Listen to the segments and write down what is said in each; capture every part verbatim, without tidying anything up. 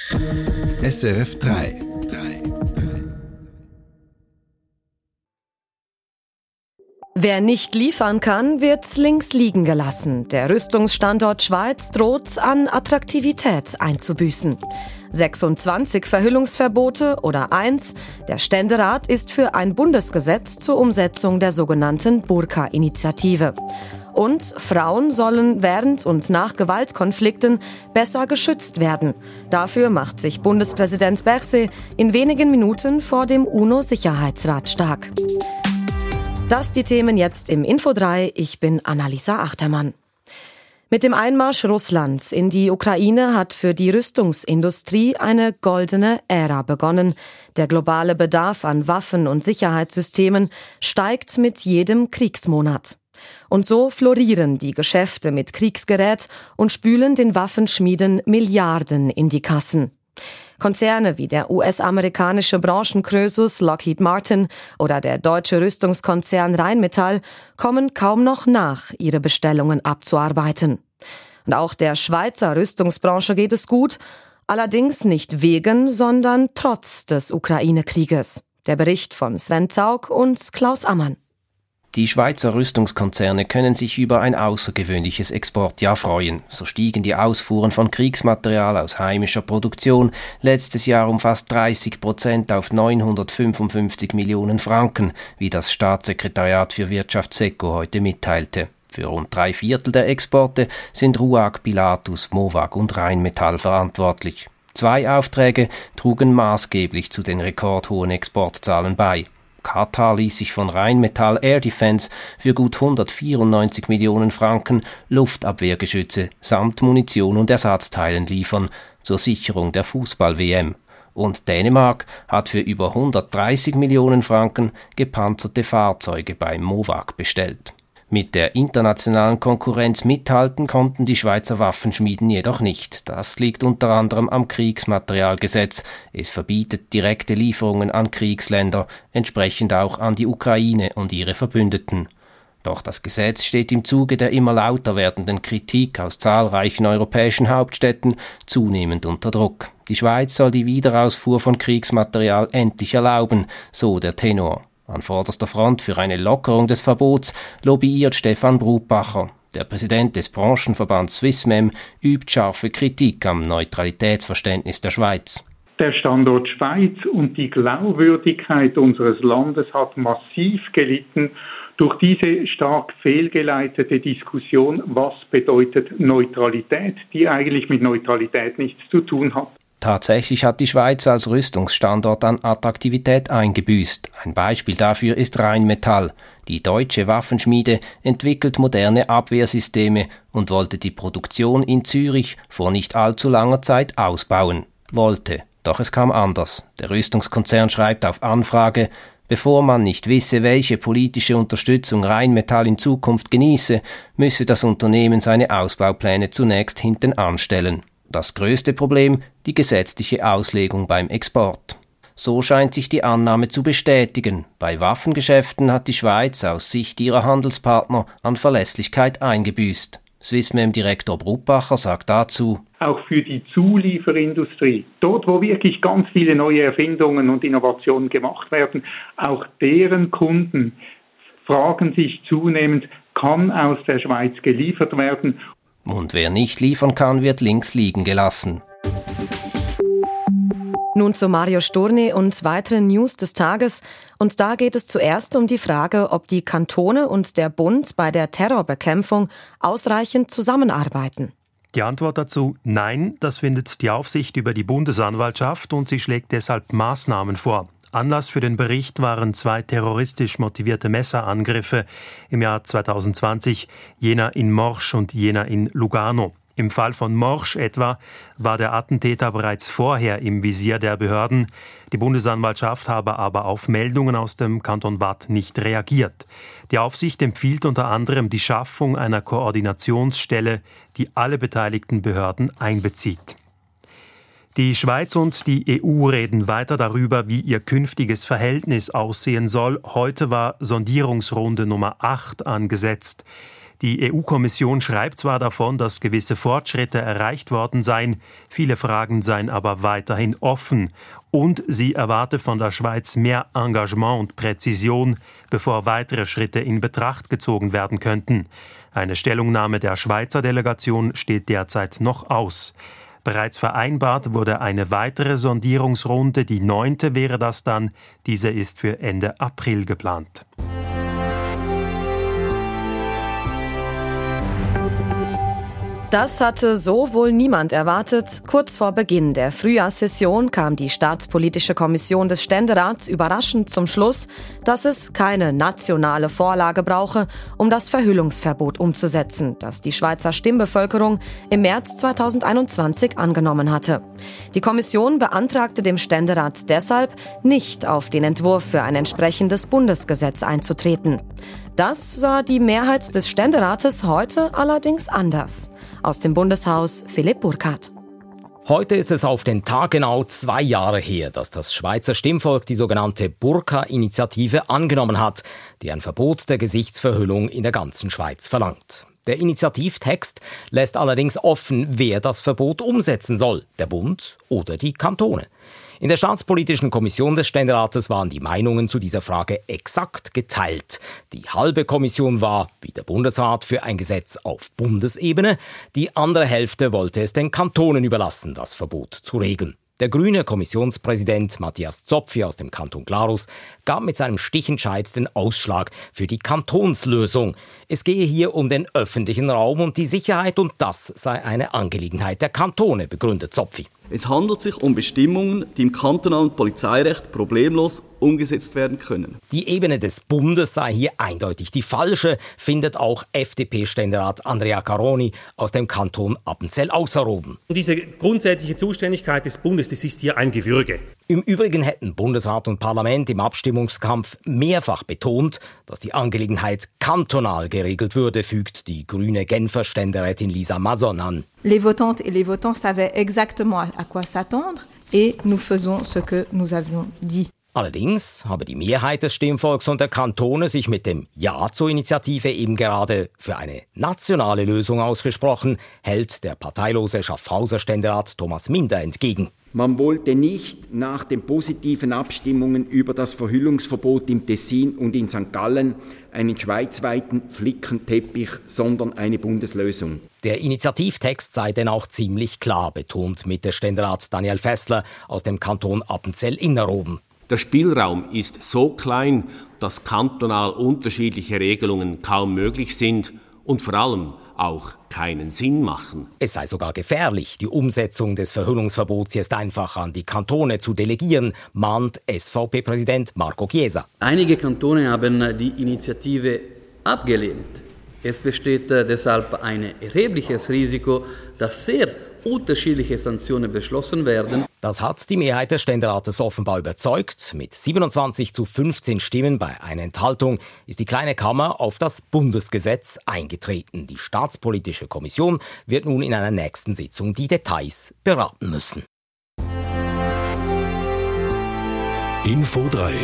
S R F drei. Wer nicht liefern kann, wird links liegen gelassen. Der Rüstungsstandort Schweiz droht an Attraktivität einzubüßen. sechsundzwanzig Verhüllungsverbote oder eins. Der Ständerat ist für ein Bundesgesetz zur Umsetzung der sogenannten Burka-Initiative. Und Frauen sollen während und nach Gewaltkonflikten besser geschützt werden. Dafür macht sich Bundespräsident Berset in wenigen Minuten vor dem UNO-Sicherheitsrat stark. Das die Themen jetzt im Info drei. Ich bin Annalisa Achtermann. Mit dem Einmarsch Russlands in die Ukraine hat für die Rüstungsindustrie eine goldene Ära begonnen. Der globale Bedarf an Waffen und Sicherheitssystemen steigt mit jedem Kriegsmonat. Und so florieren die Geschäfte mit Kriegsgerät und spülen den Waffenschmieden Milliarden in die Kassen. Konzerne wie der U S-amerikanische Branchenkrösus Lockheed Martin oder der deutsche Rüstungskonzern Rheinmetall kommen kaum noch nach, ihre Bestellungen abzuarbeiten. Und auch der Schweizer Rüstungsbranche geht es gut, allerdings nicht wegen, sondern trotz des Ukraine-Krieges. Der Bericht von Sven Zaug und Klaus Ammann. Die Schweizer Rüstungskonzerne können sich über ein außergewöhnliches Exportjahr freuen. So stiegen die Ausfuhren von Kriegsmaterial aus heimischer Produktion letztes Jahr um fast dreißig Prozent auf neunhundertfünfundfünfzig Millionen Franken, wie das Staatssekretariat für Wirtschaft SECO heute mitteilte. Für rund drei Viertel der Exporte sind RUAG, Pilatus, Mowag und Rheinmetall verantwortlich. Zwei Aufträge trugen maßgeblich zu den rekordhohen Exportzahlen bei. Katar ließ sich von Rheinmetall Air Defence für gut hundertvierundneunzig Millionen Franken Luftabwehrgeschütze samt Munition und Ersatzteilen liefern zur Sicherung der Fußball-W M. Und Dänemark hat für über hundertdreißig Millionen Franken gepanzerte Fahrzeuge bei Mowag bestellt. Mit der internationalen Konkurrenz mithalten konnten die Schweizer Waffenschmieden jedoch nicht. Das liegt unter anderem am Kriegsmaterialgesetz. Es verbietet direkte Lieferungen an Kriegsländer, entsprechend auch an die Ukraine und ihre Verbündeten. Doch das Gesetz steht im Zuge der immer lauter werdenden Kritik aus zahlreichen europäischen Hauptstädten zunehmend unter Druck. Die Schweiz soll die Wiederausfuhr von Kriegsmaterial endlich erlauben, so der Tenor. An vorderster Front für eine Lockerung des Verbots lobbyiert Stefan Brutbacher. Der Präsident des Branchenverbands Swissmem übt scharfe Kritik am Neutralitätsverständnis der Schweiz. Der Standort Schweiz und die Glaubwürdigkeit unseres Landes hat massiv gelitten durch diese stark fehlgeleitete Diskussion, was bedeutet Neutralität, die eigentlich mit Neutralität nichts zu tun hat. Tatsächlich hat die Schweiz als Rüstungsstandort an Attraktivität eingebüßt. Ein Beispiel dafür ist Rheinmetall. Die deutsche Waffenschmiede entwickelt moderne Abwehrsysteme und wollte die Produktion in Zürich vor nicht allzu langer Zeit ausbauen. Wollte. Doch es kam anders. Der Rüstungskonzern schreibt auf Anfrage, bevor man nicht wisse, welche politische Unterstützung Rheinmetall in Zukunft genieße, müsse das Unternehmen seine Ausbaupläne zunächst hinten anstellen. Das größte Problem, die gesetzliche Auslegung beim Export. So scheint sich die Annahme zu bestätigen. Bei Waffengeschäften hat die Schweiz aus Sicht ihrer Handelspartner an Verlässlichkeit eingebüßt. Swissmem-Direktor Brutbacher sagt dazu: Auch für die Zulieferindustrie, dort wo wirklich ganz viele neue Erfindungen und Innovationen gemacht werden, auch deren Kunden fragen sich zunehmend, kann aus der Schweiz geliefert werden? Und wer nicht liefern kann, wird links liegen gelassen. Nun zu Mario Storni und weiteren News des Tages. Und da geht es zuerst um die Frage, ob die Kantone und der Bund bei der Terrorbekämpfung ausreichend zusammenarbeiten. Die Antwort dazu: Nein, das findet die Aufsicht über die Bundesanwaltschaft und sie schlägt deshalb Maßnahmen vor. Anlass für den Bericht waren zwei terroristisch motivierte Messerangriffe im Jahr zweitausendzwanzig, jener in Morsch und jener in Lugano. Im Fall von Morsch etwa war der Attentäter bereits vorher im Visier der Behörden. Die Bundesanwaltschaft habe aber auf Meldungen aus dem Kanton Waadt nicht reagiert. Die Aufsicht empfiehlt unter anderem die Schaffung einer Koordinationsstelle, die alle beteiligten Behörden einbezieht. Die Schweiz und die E U reden weiter darüber, wie ihr künftiges Verhältnis aussehen soll. Heute war Sondierungsrunde Nummer acht angesetzt. Die E U-Kommission schreibt zwar davon, dass gewisse Fortschritte erreicht worden seien, viele Fragen seien aber weiterhin offen. Und sie erwarte von der Schweiz mehr Engagement und Präzision, bevor weitere Schritte in Betracht gezogen werden könnten. Eine Stellungnahme der Schweizer Delegation steht derzeit noch aus. Bereits vereinbart wurde eine weitere Sondierungsrunde, die neunte wäre das dann. Diese ist für Ende April geplant. Das hatte so wohl niemand erwartet. Kurz vor Beginn der Frühjahrssession kam die Staatspolitische Kommission des Ständerats überraschend zum Schluss, dass es keine nationale Vorlage brauche, um das Verhüllungsverbot umzusetzen, das die Schweizer Stimmbevölkerung im März zweitausendeinundzwanzig angenommen hatte. Die Kommission beantragte dem Ständerat deshalb, nicht auf den Entwurf für ein entsprechendes Bundesgesetz einzutreten. Das sah die Mehrheit des Ständerates heute allerdings anders. Aus dem Bundeshaus Philipp Burkhardt. Heute ist es auf den Tag genau zwei Jahre her, dass das Schweizer Stimmvolk die sogenannte Burka-Initiative angenommen hat, die ein Verbot der Gesichtsverhüllung in der ganzen Schweiz verlangt. Der Initiativtext lässt allerdings offen, wer das Verbot umsetzen soll, der Bund oder die Kantone. In der Staatspolitischen Kommission des Ständerates waren die Meinungen zu dieser Frage exakt geteilt. Die halbe Kommission war, wie der Bundesrat, für ein Gesetz auf Bundesebene. Die andere Hälfte wollte es den Kantonen überlassen, das Verbot zu regeln. Der grüne Kommissionspräsident Matthias Zopfi aus dem Kanton Glarus gab mit seinem Stichentscheid den Ausschlag für die Kantonslösung. Es gehe hier um den öffentlichen Raum und die Sicherheit und das sei eine Angelegenheit der Kantone, begründet Zopfi. Es handelt sich um Bestimmungen, die im kantonalen Polizeirecht problemlos umgesetzt werden können. Die Ebene des Bundes sei hier eindeutig die falsche, findet auch F D P-Ständerat Andrea Caroni aus dem Kanton Appenzell-Ausserrhoden. Diese grundsätzliche Zuständigkeit des Bundes, das ist hier ein Gewürge. Im Übrigen hätten Bundesrat und Parlament im Abstimmungskampf mehrfach betont, dass die Angelegenheit kantonal geregelt würde, fügt die grüne Genfer Ständerätin Lisa Mason an. Les votantes et les votants savaient exactement à quoi s'attendre et nous faisons ce que nous avions dit. Allerdings habe die Mehrheit des Stimmvolks und der Kantone sich mit dem Ja zur Initiative eben gerade für eine nationale Lösung ausgesprochen, hält der parteilose Schaffhauser Ständerat Thomas Minder entgegen. Man wollte nicht nach den positiven Abstimmungen über das Verhüllungsverbot im Tessin und in Sankt Gallen einen schweizweiten Flickenteppich, sondern eine Bundeslösung. Der Initiativtext sei denn auch ziemlich klar, betont Mitte-Ständerat Daniel Fessler aus dem Kanton Appenzell-Innerrhoden. Der Spielraum ist so klein, dass kantonal unterschiedliche Regelungen kaum möglich sind und vor allem auch keinen Sinn machen. Es sei sogar gefährlich, die Umsetzung des Verhüllungsverbots jetzt einfach an die Kantone zu delegieren, mahnt S V P-Präsident Marco Chiesa. Einige Kantone haben die Initiative abgelehnt. Es besteht deshalb ein erhebliches Risiko, dass sehr unterschiedliche Sanktionen beschlossen werden. Das hat die Mehrheit des Ständerates offenbar überzeugt. Mit siebenundzwanzig zu fünfzehn Stimmen bei einer Enthaltung ist die kleine Kammer auf das Bundesgesetz eingetreten. Die Staatspolitische Kommission wird nun in einer nächsten Sitzung die Details beraten müssen. Info drei.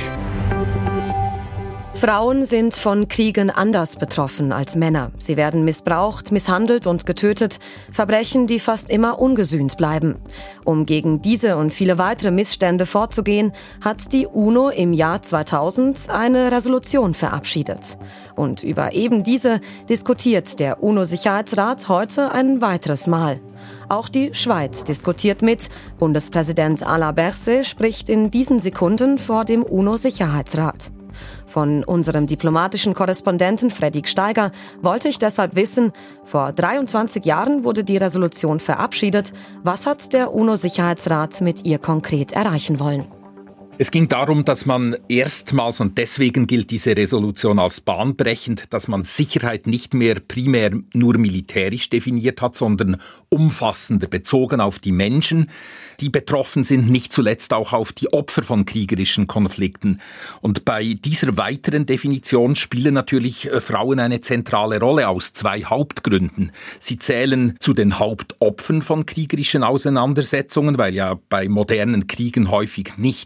Frauen sind von Kriegen anders betroffen als Männer. Sie werden missbraucht, misshandelt und getötet. Verbrechen, die fast immer ungesühnt bleiben. Um gegen diese und viele weitere Missstände vorzugehen, hat die UNO im Jahr zweitausend eine Resolution verabschiedet. Und über eben diese diskutiert der UNO-Sicherheitsrat heute ein weiteres Mal. Auch die Schweiz diskutiert mit. Bundespräsident Alain Berset spricht in diesen Sekunden vor dem UNO-Sicherheitsrat. Von unserem diplomatischen Korrespondenten Fredrik Steiger wollte ich deshalb wissen, vor dreiundzwanzig Jahren wurde die Resolution verabschiedet. Was hat der UNO-Sicherheitsrat mit ihr konkret erreichen wollen? Es ging darum, dass man erstmals, und deswegen gilt diese Resolution als bahnbrechend, dass man Sicherheit nicht mehr primär nur militärisch definiert hat, sondern umfassender bezogen auf die Menschen, die betroffen sind, nicht zuletzt auch auf die Opfer von kriegerischen Konflikten. Und bei dieser weiteren Definition spielen natürlich Frauen eine zentrale Rolle aus zwei Hauptgründen. Sie zählen zu den Hauptopfern von kriegerischen Auseinandersetzungen, weil ja bei modernen Kriegen häufig nicht rück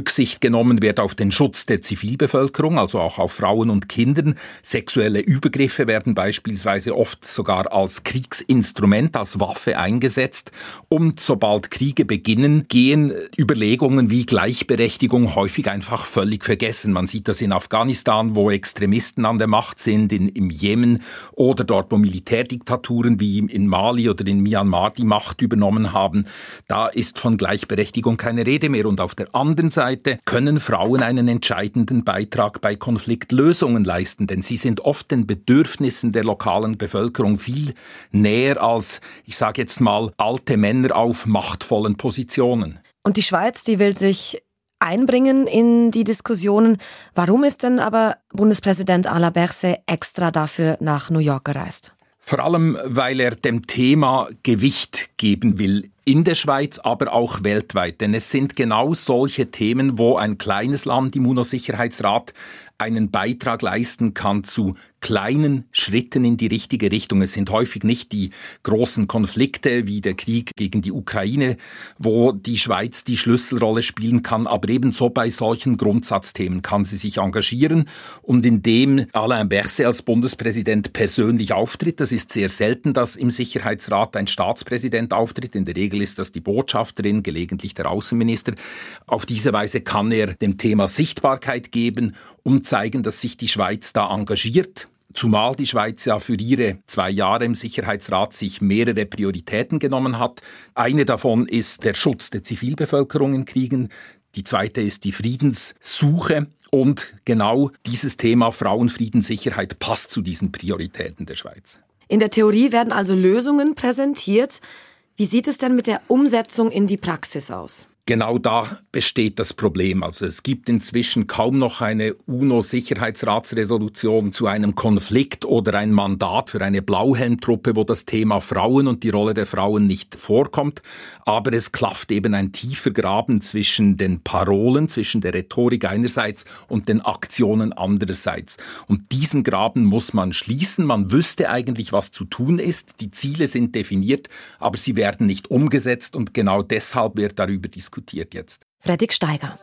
Rücksicht genommen wird auf den Schutz der Zivilbevölkerung, also auch auf Frauen und Kindern. Sexuelle Übergriffe werden beispielsweise oft sogar als Kriegsinstrument, als Waffe eingesetzt. Und sobald Kriege beginnen, gehen Überlegungen wie Gleichberechtigung häufig einfach völlig vergessen. Man sieht das in Afghanistan, wo Extremisten an der Macht sind, in, im Jemen oder dort, wo Militärdiktaturen wie in Mali oder in Myanmar die Macht übernommen haben. Da ist von Gleichberechtigung keine Rede mehr. Und auf der anderen Seite können Frauen einen entscheidenden Beitrag bei Konfliktlösungen leisten, denn sie sind oft den Bedürfnissen der lokalen Bevölkerung viel näher als, ich sage jetzt mal, alte Männer auf machtvollen Positionen. Und die Schweiz, die will sich einbringen in die Diskussionen. Warum ist denn aber Bundespräsident Alain Berset extra dafür nach New York gereist? Vor allem, weil er dem Thema Gewicht geben will. In der Schweiz, aber auch weltweit. Denn es sind genau solche Themen, wo ein kleines Land im UNO-Sicherheitsrat einen Beitrag leisten kann zu kleinen Schritten in die richtige Richtung. Es sind häufig nicht die großen Konflikte wie der Krieg gegen die Ukraine, wo die Schweiz die Schlüsselrolle spielen kann, aber ebenso bei solchen Grundsatzthemen kann sie sich engagieren. Und indem Alain Berset als Bundespräsident persönlich auftritt, das ist sehr selten, dass im Sicherheitsrat ein Staatspräsident auftritt, in der Regel ist das die Botschafterin, gelegentlich der Außenminister. Auf diese Weise kann er dem Thema Sichtbarkeit geben und zeigen, dass sich die Schweiz da engagiert. Zumal die Schweiz ja für ihre zwei Jahre im Sicherheitsrat sich mehrere Prioritäten genommen hat. Eine davon ist der Schutz der Zivilbevölkerung in Kriegen. Die zweite ist die Friedenssuche. Und genau dieses Thema Frauenfriedenssicherheit passt zu diesen Prioritäten der Schweiz. In der Theorie werden also Lösungen präsentiert. Wie sieht es denn mit der Umsetzung in die Praxis aus? Genau da besteht das Problem. Also es gibt inzwischen kaum noch eine UNO-Sicherheitsratsresolution zu einem Konflikt oder ein Mandat für eine Blauhelmtruppe, wo das Thema Frauen und die Rolle der Frauen nicht vorkommt. Aber es klafft eben ein tiefer Graben zwischen den Parolen, zwischen der Rhetorik einerseits und den Aktionen andererseits. Und diesen Graben muss man schließen. Man wüsste eigentlich, was zu tun ist. Die Ziele sind definiert, aber sie werden nicht umgesetzt. Und genau deshalb wird darüber diskutiert. Jetzt. Fredrik Steiger.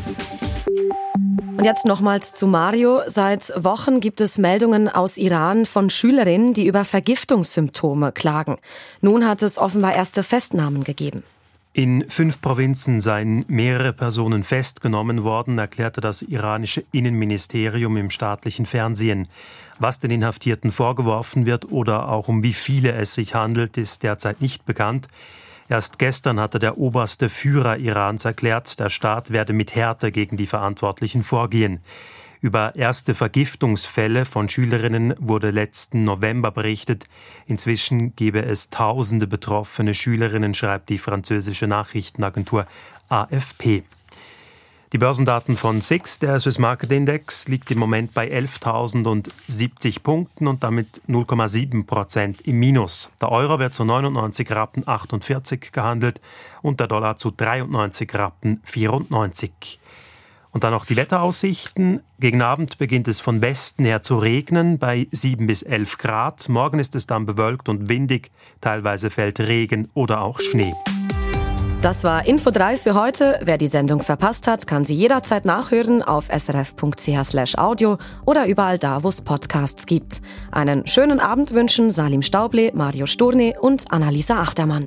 Und jetzt nochmals zu Mario. Seit Wochen gibt es Meldungen aus Iran von Schülerinnen, die über Vergiftungssymptome klagen. Nun hat es offenbar erste Festnahmen gegeben. In fünf Provinzen seien mehrere Personen festgenommen worden, erklärte das iranische Innenministerium im staatlichen Fernsehen. Was den Inhaftierten vorgeworfen wird oder auch um wie viele es sich handelt, ist derzeit nicht bekannt. Erst gestern hatte der oberste Führer Irans erklärt, der Staat werde mit Härte gegen die Verantwortlichen vorgehen. Über erste Vergiftungsfälle von Schülerinnen wurde letzten November berichtet. Inzwischen gebe es tausende betroffene Schülerinnen, schreibt die französische Nachrichtenagentur A F P. Die Börsendaten von S I X, der Swiss Market Index, liegt im Moment bei elftausendsiebzig Punkten und damit null Komma sieben Prozent im Minus. Der Euro wird zu neunundneunzig Rappen achtundvierzig gehandelt und der Dollar zu dreiundneunzig Rappen vierundneunzig. Und dann noch die Wetteraussichten. Gegen Abend beginnt es von Westen her zu regnen bei sieben bis elf Grad. Morgen ist es dann bewölkt und windig. Teilweise fällt Regen oder auch Schnee. Das war Info drei für heute. Wer die Sendung verpasst hat, kann sie jederzeit nachhören auf srf punkt c h slash audio oder überall da, wo es Podcasts gibt. Einen schönen Abend wünschen Salim Stauble, Mario Sturne und Annalisa Achtermann.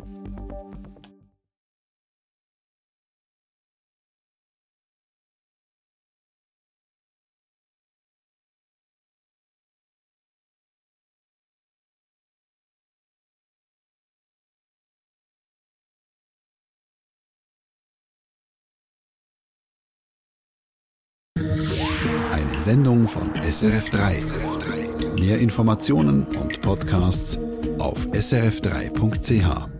Eine Sendung von S R F drei. Mehr Informationen und Podcasts auf s r f drei punkt c h.